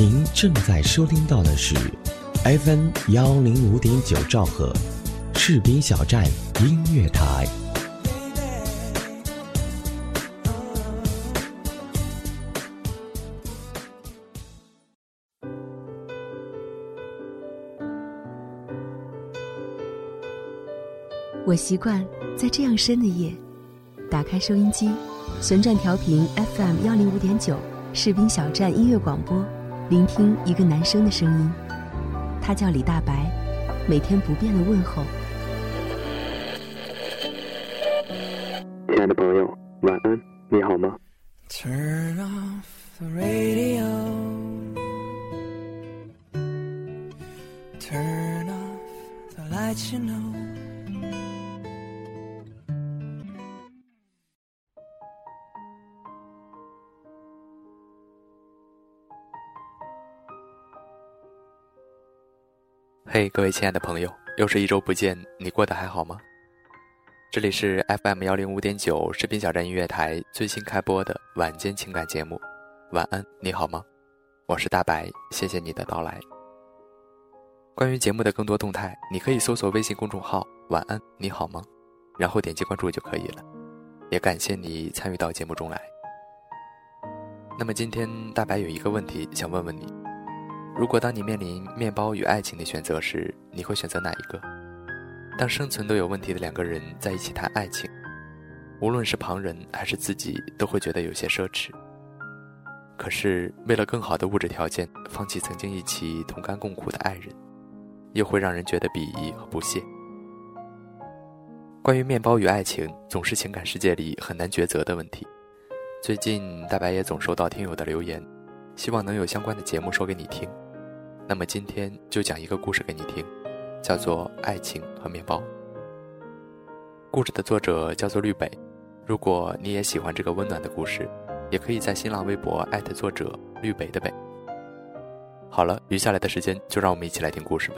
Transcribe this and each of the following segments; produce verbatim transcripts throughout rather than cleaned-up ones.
您正在收听到的是 F M 幺零五点九兆赫士兵小站音乐台。 我习惯在这样深的夜，打开收音机，旋转调频 F M 幺零五点九士兵小站音乐广播，聆听一个男生的声音。他叫李大白，每天不变的问候。 亲爱的朋友，晚安，你好吗？ Turn off the radio, turn off the lights, you know. 嘿、hey, 各位亲爱的朋友，又是一周不见，你过得还好吗？这里是 F M 幺零五点九士兵小站音乐台最新开播的晚间情感节目。晚安，你好吗？我是大白，谢谢你的到来。关于节目的更多动态，你可以搜索微信公众号晚安你好吗，然后点击关注就可以了。也感谢你参与到节目中来。那么今天大白有一个问题想问问你，如果当你面临面包与爱情的选择时，你会选择哪一个？当生存都有问题的两个人在一起谈爱情，无论是旁人还是自己，都会觉得有些奢侈。可是为了更好的物质条件，放弃曾经一起同甘共苦的爱人，又会让人觉得鄙夷和不屑。关于面包与爱情，总是情感世界里很难抉择的问题。最近大白也总收到听友的留言，希望能有相关的节目说给你听。那么今天就讲一个故事给你听，叫做《爱情和面包》。故事的作者叫做绿北，如果你也喜欢这个温暖的故事，也可以在新浪微博艾特作者绿北的北。好了，余下来的时间就让我们一起来听故事吧。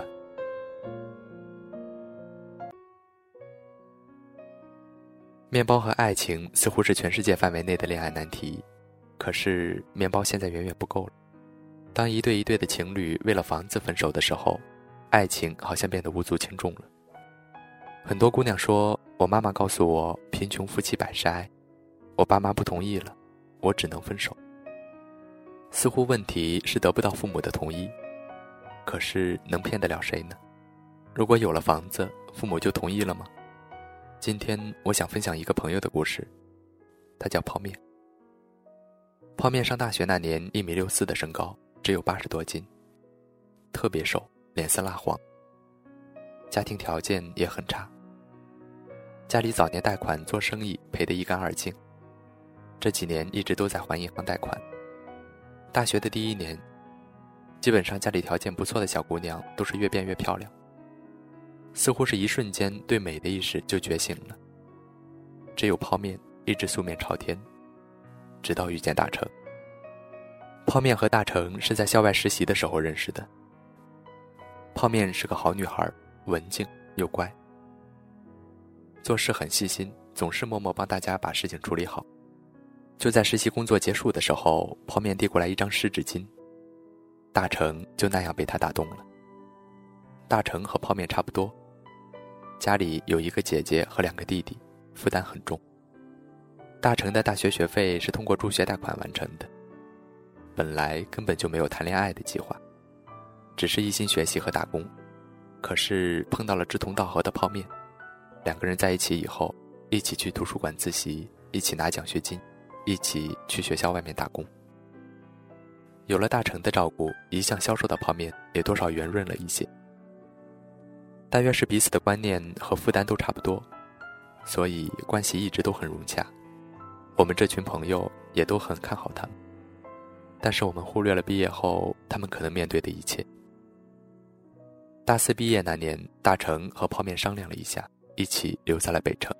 面包和爱情似乎是全世界范围内的恋爱难题，可是面包现在远远不够了。当一对一对的情侣为了房子分手的时候，爱情好像变得无足轻重了。很多姑娘说，我妈妈告诉我贫穷夫妻百事哀，我爸妈不同意了，我只能分手。似乎问题是得不到父母的同意，可是能骗得了谁呢？如果有了房子，父母就同意了吗？今天我想分享一个朋友的故事，他叫泡面。泡面上大学那年一米六四的身高，只有八十多斤，特别瘦，脸色蜡黄，家庭条件也很差，家里早年贷款做生意赔得一干二净，这几年一直都在还银行贷款。大学的第一年，基本上家里条件不错的小姑娘都是越变越漂亮，似乎是一瞬间对美的意识就觉醒了。只有泡面一直素面朝天，直到遇见大成。泡面和大成是在校外实习的时候认识的。泡面是个好女孩，文静又乖，做事很细心，总是默默帮大家把事情处理好。就在实习工作结束的时候，泡面递过来一张湿纸巾，大成就那样被她打动了。大成和泡面差不多，家里有一个姐姐和两个弟弟，负担很重。大成的大学学费是通过助学贷款完成的，本来根本就没有谈恋爱的计划，只是一心学习和打工。可是碰到了志同道合的泡面，两个人在一起以后，一起去图书馆自习，一起拿奖学金，一起去学校外面打工。有了大成的照顾，一向消瘦的泡面也多少圆润了一些。大约是彼此的观念和负担都差不多，所以关系一直都很融洽。我们这群朋友也都很看好他们，但是我们忽略了毕业后他们可能面对的一切。大四毕业那年，大成和泡面商量了一下，一起留在了北城。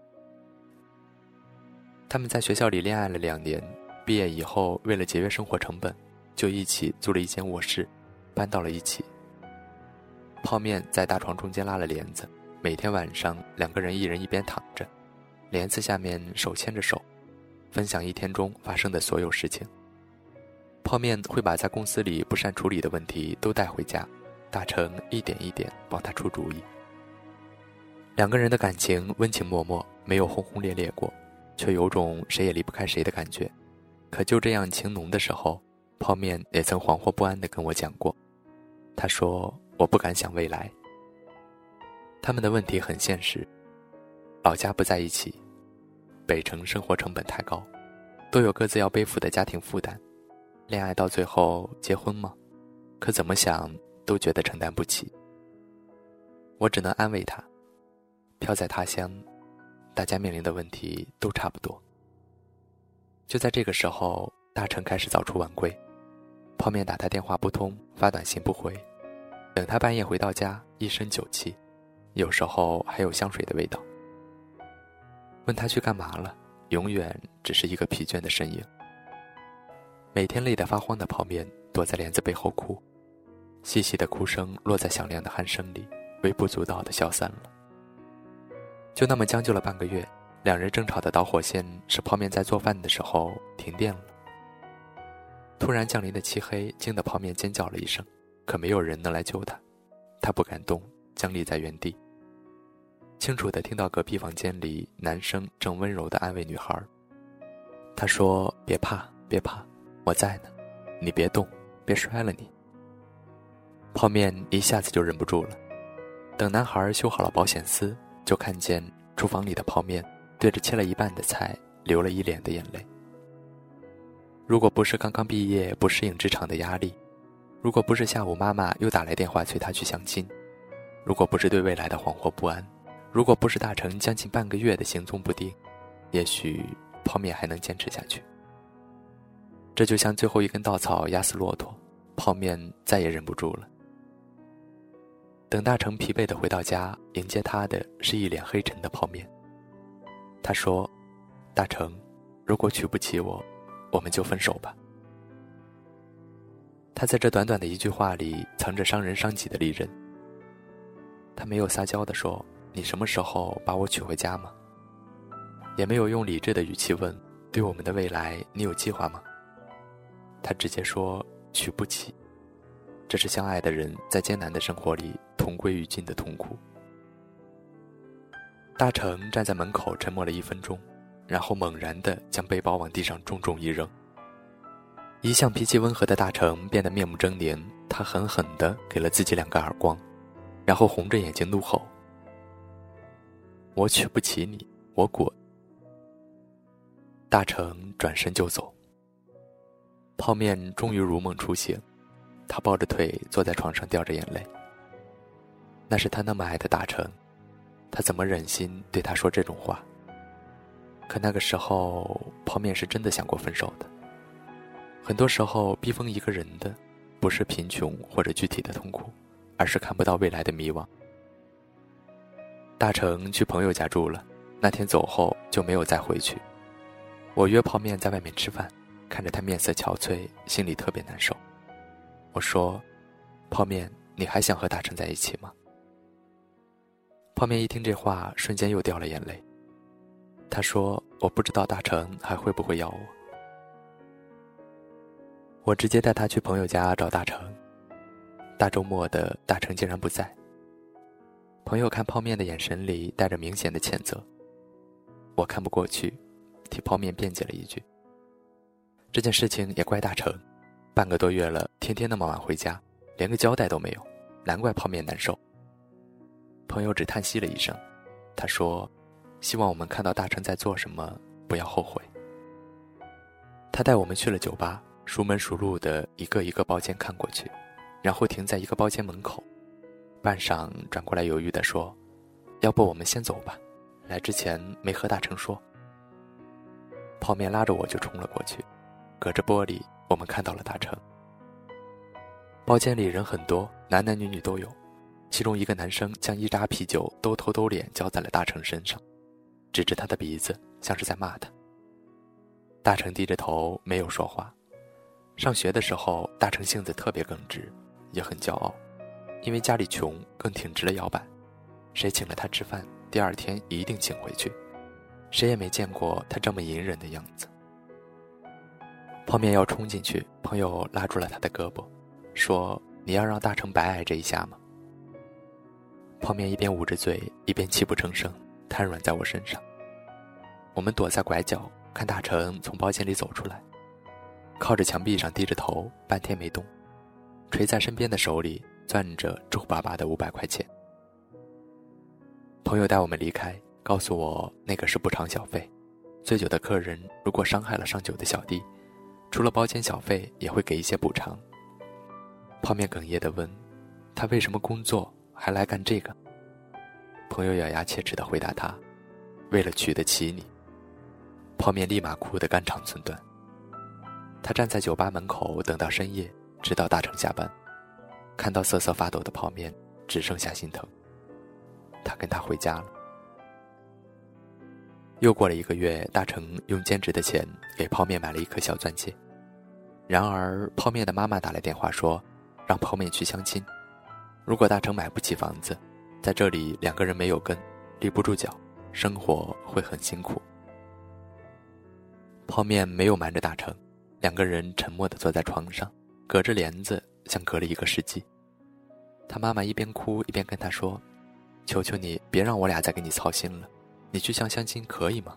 他们在学校里恋爱了两年，毕业以后为了节约生活成本，就一起租了一间卧室，搬到了一起。泡面在大床中间拉了帘子，每天晚上两个人一人一边躺着，帘子下面手牵着手，分享一天中发生的所有事情。 泡面会把在公司里不善处理的问题都带回家，大成一点一点帮他出主意。两个人的感情温情脉脉，没有轰轰烈烈过，却有种谁也离不开谁的感觉。可就这样情浓的时候，泡面也曾惶惑不安地跟我讲过，他说我不敢想未来。他们的问题很现实，老家不在一起，北城生活成本太高，都有各自要背负的家庭负担，恋爱到最后结婚吗？可怎么想都觉得承担不起。我只能安慰他，飘在他乡，大家面临的问题都差不多。就在这个时候，大成开始早出晚归，泡面打他电话不通，发短信不回，等他半夜回到家，一身酒气，有时候还有香水的味道。问他去干嘛了，永远只是一个疲倦的身影。每天累得发慌的泡面躲在帘子背后哭，细细的哭声落在响亮的鼾声里，微不足道地消散了。就那么将就了半个月，两人争吵的导火线是泡面在做饭的时候停电了。突然降临的漆黑惊得泡面尖叫了一声，可没有人能来救他，他不敢动，僵立在原地。清楚地听到隔壁房间里男生正温柔地安慰女孩，他说别怕别怕，我在呢，你别动，别摔了你。泡面一下子就忍不住了，等男孩修好了保险丝，就看见厨房里的泡面对着切了一半的菜流了一脸的眼泪。如果不是刚刚毕业不适应职场的压力，如果不是下午妈妈又打来电话催他去相亲，如果不是对未来的惶惑不安，如果不是大成将近半个月的行踪不定，也许泡面还能坚持下去。这就像最后一根稻草压死骆驼，泡面再也忍不住了。等大成疲惫地回到家，迎接他的是一脸黑沉的泡面。他说，大成，如果娶不起我，我们就分手吧。他在这短短的一句话里藏着伤人伤己的利刃。他没有撒娇地说，你什么时候把我娶回家吗？也没有用理智的语气问，对我们的未来你有计划吗？他直接说，娶不起。这是相爱的人在艰难的生活里同归于尽的痛苦。大成站在门口沉默了一分钟，然后猛然地将背包往地上重重一扔。一向脾气温和的大成变得面目狰狞，他狠狠地给了自己两个耳光，然后红着眼睛怒吼，我娶不起你，我滚。大成转身就走。泡面终于如梦初醒，他抱着腿坐在床上掉着眼泪。那是他那么爱的大成，他怎么忍心对他说这种话？可那个时候泡面是真的想过分手的。很多时候逼疯一个人的不是贫穷或者具体的痛苦，而是看不到未来的迷惘。大成去朋友家住了，那天走后就没有再回去。我约泡面在外面吃饭，看着他面色憔悴，心里特别难受。我说，泡面，你还想和大成在一起吗？泡面一听这话，瞬间又掉了眼泪。他说，我不知道大成还会不会要我。我直接带他去朋友家找大成。大周末的，大成竟然不在。朋友看泡面的眼神里带着明显的谴责。我看不过去，替泡面辩解了一句。这件事情也怪大成，半个多月了，天天那么晚回家，连个交代都没有，难怪泡面难受。朋友只叹息了一声，他说，希望我们看到大成在做什么，不要后悔。他带我们去了酒吧，熟门熟路的一个一个包间看过去，然后停在一个包间门口，半晌转过来犹豫地说，要不我们先走吧，来之前没和大成说。泡面拉着我就冲了过去，隔着玻璃我们看到了大成。包间里人很多，男男女女都有，其中一个男生将一扎啤酒兜头兜脸浇在了大成身上，指着他的鼻子，像是在骂他。大成低着头没有说话。上学的时候，大成性子特别耿直，也很骄傲，因为家里穷，更挺直了腰板。谁请了他吃饭，第二天一定请回去。谁也没见过他这么隐忍的样子。 泡面要冲进去，朋友拉住了他的胳膊，说：“你要让大成白挨这一下吗？”泡面一边捂着嘴，一边泣不成声，瘫软在我身上。我们躲在拐角，看大成从包间里走出来，靠着墙壁上低着头，半天没动，垂在身边的手里攥着皱巴巴的五百块钱。朋友带我们离开，告诉我那个是补偿小费，醉酒的客人如果伤害了上酒的小弟，除了包间小费也会给一些补偿。泡面哽咽地问：“他为什么工作还来干这个？”朋友咬牙切齿地回答他：“为了娶得起你。”泡面立马哭得肝肠寸断。他站在酒吧门口等到深夜，直到大成下班，看到瑟瑟发抖的泡面，只剩下心疼。他跟他回家了。又过了一个月，大成用兼职的钱给泡面买了一颗小钻戒。然而泡面的妈妈打来电话说，让泡面去相亲，如果大成买不起房子，在这里两个人没有根，立不住脚，生活会很辛苦。泡面没有瞒着大成，两个人沉默地坐在床上，隔着帘子，像隔了一个世纪。他妈妈一边哭一边跟他说：“求求你别让我俩再给你操心了，你去相相亲可以吗？”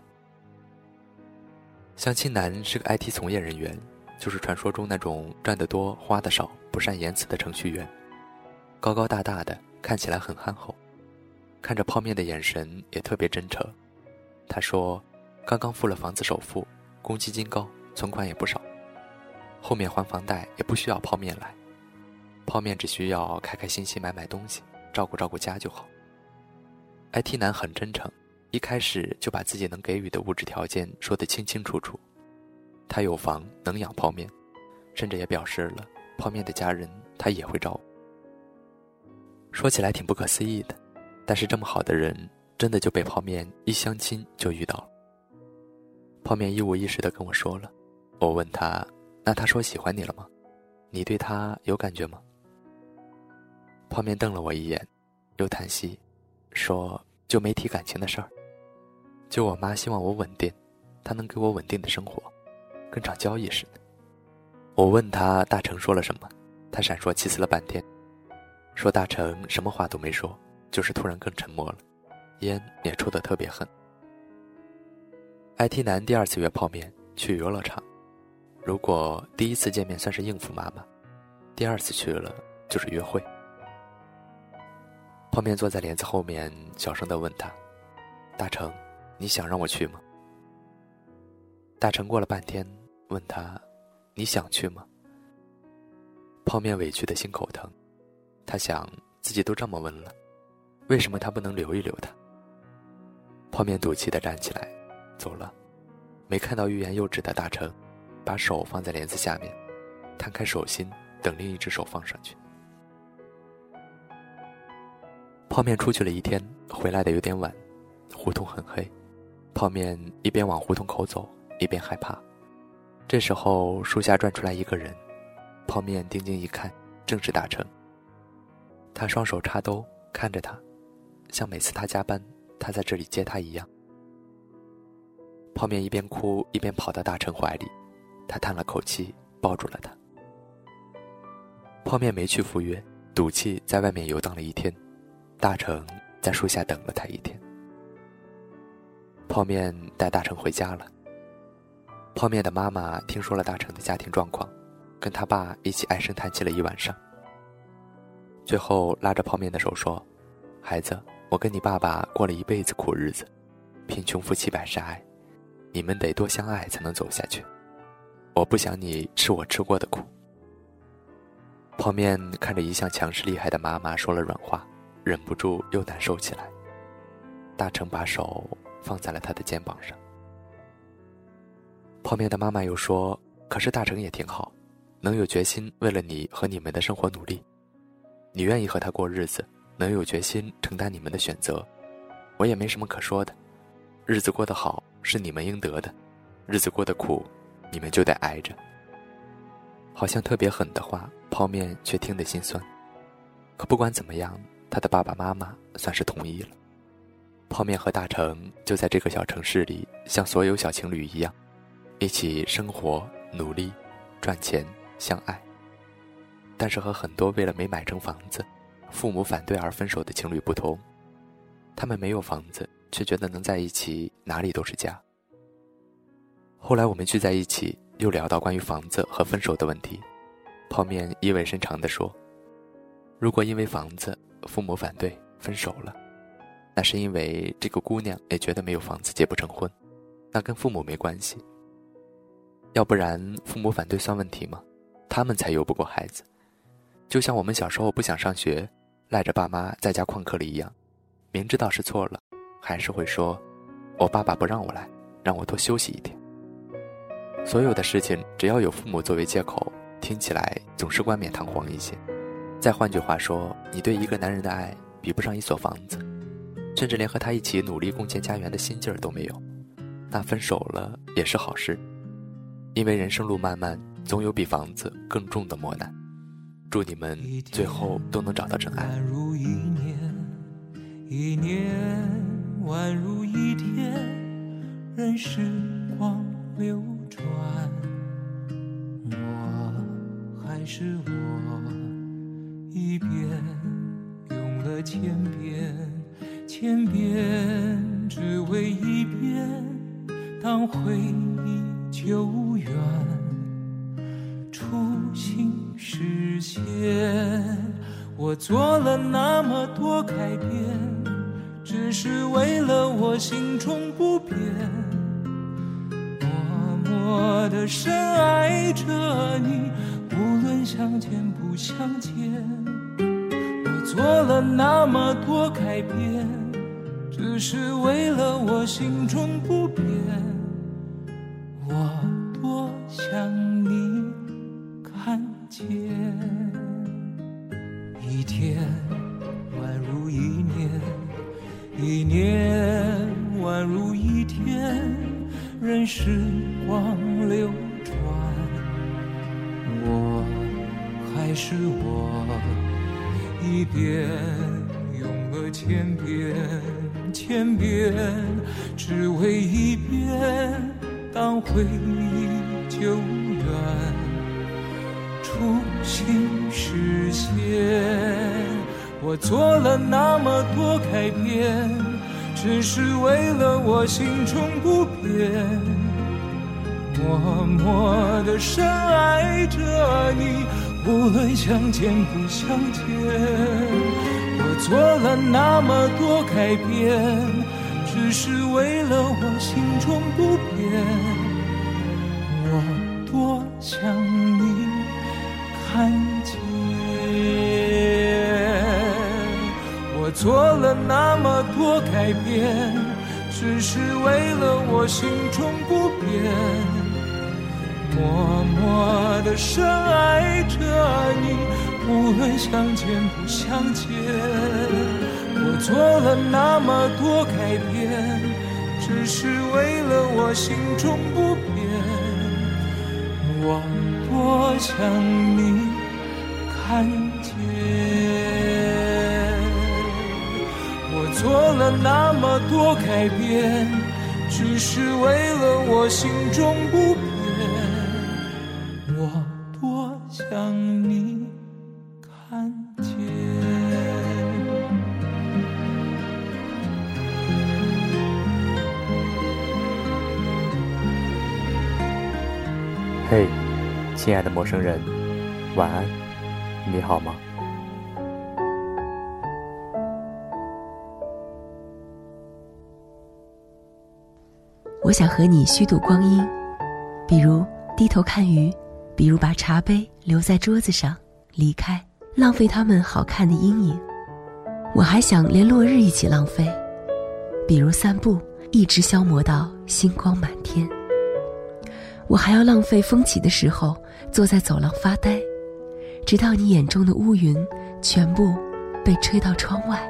相亲男是个 I T 从业人员，就是传说中那种赚得多花得少不善言辞的程序员，高高大大的，看起来很憨厚，看着泡面的眼神也特别真诚。他说刚刚付了房子首付，公积金高，存款也不少，后面还房贷也不需要泡面来，泡面只需要开开心心买买东西，照顾照顾家就好。 I T 男很真诚，一开始就把自己能给予的物质条件说得清清楚楚，他有房能养泡面，甚至也表示了泡面的家人他也会照顾。说起来挺不可思议的，但是这么好的人真的就被泡面一相亲就遇到了。泡面一五一十地跟我说了，我问他，那他说喜欢你了吗？你对他有感觉吗？泡面瞪了我一眼，又叹息说，就没提感情的事儿，就我妈希望我稳定，她能给我稳定的生活，跟场交易似的。我问他大成说了什么，他闪烁其词了半天，说大成什么话都没说，就是突然更沉默了，烟也抽得特别狠。I T 男第二次约泡面去游乐场，如果第一次见面算是应付妈妈，第二次去了就是约会。泡面坐在帘子后面，小声地问他，大成，你想让我去吗？大成过了半天问他，你想去吗？泡面委屈的心口疼，他想自己都这么问了，为什么他不能留一留他？泡面赌气地站起来走了，没看到欲言又止的大成把手放在帘子下面，摊开手心等另一只手放上去。泡面出去了一天，回来的有点晚，胡同很黑，泡面一边往胡同口走一边害怕。这时候树下转出来一个人，泡面定睛一看，正是大成。他双手插兜看着他，像每次他加班他在这里接他一样。泡面一边哭一边跑到大成怀里，他叹了口气抱住了他。泡面没去赴约，赌气在外面游荡了一天，大成在树下等了他一天。泡面带大成回家了。泡面的妈妈听说了大成的家庭状况，跟他爸一起唉声叹气了一晚上，最后拉着泡面的手说，孩子，我跟你爸爸过了一辈子苦日子，贫穷夫妻百事哀，你们得多相爱才能走下去，我不想你吃我吃过的苦。泡面看着一向强势厉害的妈妈说了软话，忍不住又难受起来。大成把手放在了他的肩膀上。泡面的妈妈又说，可是大成也挺好，能有决心为了你和你们的生活努力，你愿意和他过日子，能有决心承担你们的选择，我也没什么可说的，日子过得好是你们应得的，日子过得苦你们就得挨着。好像特别狠的话，泡面却听得心酸。可不管怎么样，他的爸爸妈妈算是同意了。泡面和大成就在这个小城市里，像所有小情侣一样，一起生活、努力、 赚钱、相爱。但是和很多为了没买成房子，父母反对而分手的情侣不同，他们没有房子，却觉得能在一起哪里都是家。后来我们聚在一起，又聊到关于房子和分手的问题。泡面意味深长地说，如果因为房子父母反对分手了，那是因为这个姑娘也觉得没有房子结不成婚，那跟父母没关系。要不然父母反对算问题吗？他们才有不过孩子。就像我们小时候不想上学，赖着爸妈在家旷课了一样，明知道是错了，还是会说我爸爸不让我来，让我多休息一天。所有的事情只要有父母作为借口，听起来总是冠冕堂皇一些。再换句话说，你对一个男人的爱比不上一所房子，甚至连和他一起努力共建家园的心劲儿都没有，那分手了也是好事。因为人生路漫漫，总有比房子更重的磨难。祝你们最后都能找到真爱。 宛如一年，一年宛如一天，任时光流转，我还是我，一遍用了千遍，千遍只为一遍，当回忆久远，初心实现。我做了那么多改变，只是为了我心中不变，默默地深爱着你，无论相见不相见。我做了那么多改变，只是为了我心中不变，我多想你看见。一天宛如一年，一年宛如一天，任时光流转，我还是我，一遍用了千遍，千遍只为一遍，当回忆久远，初心实现。我做了那么多改变，只是为了我心中不变，默默地深爱着你，无论相见不相见。我做了那么多改变，只是为了我心中不变，我多想你看见。我做了那么多改变，只是为了我心中不变，默默地深爱着你，无论相见不相见。我做了那么多改变，只是为了我心中不变，我多想你看见。我做了那么多改变，只是为了我心中不变，我多想你看见。 嘿，亲爱的陌生人，晚安，你好吗？ 我想和你虚度光阴，比如低头看鱼，比如把茶杯留在桌子上离开，浪费它们好看的阴影。我还想连落日一起浪费，比如散步，一直消磨到星光满天。我还要浪费风起的时候坐在走廊发呆，直到你眼中的乌云全部被吹到窗外。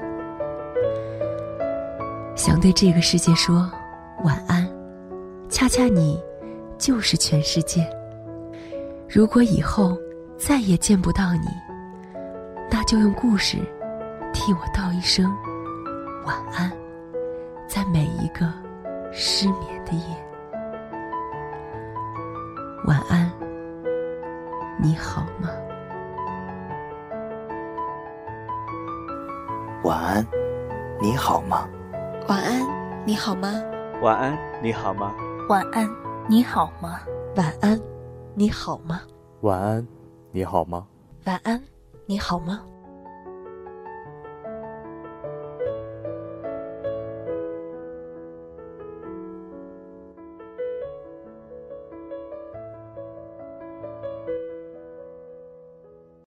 想对这个世界说晚安，恰恰你就是全世界。如果以后再也见不到你，那就用故事替我道一声晚安，在每一个失眠的夜。晚安， 你好吗？ 晚安，你好吗？ 晚安，你好吗？ 晚安，你好吗？ 晚安，你好吗？ 晚安，你好吗？ 晚安，你好吗？ 晚安，你好吗？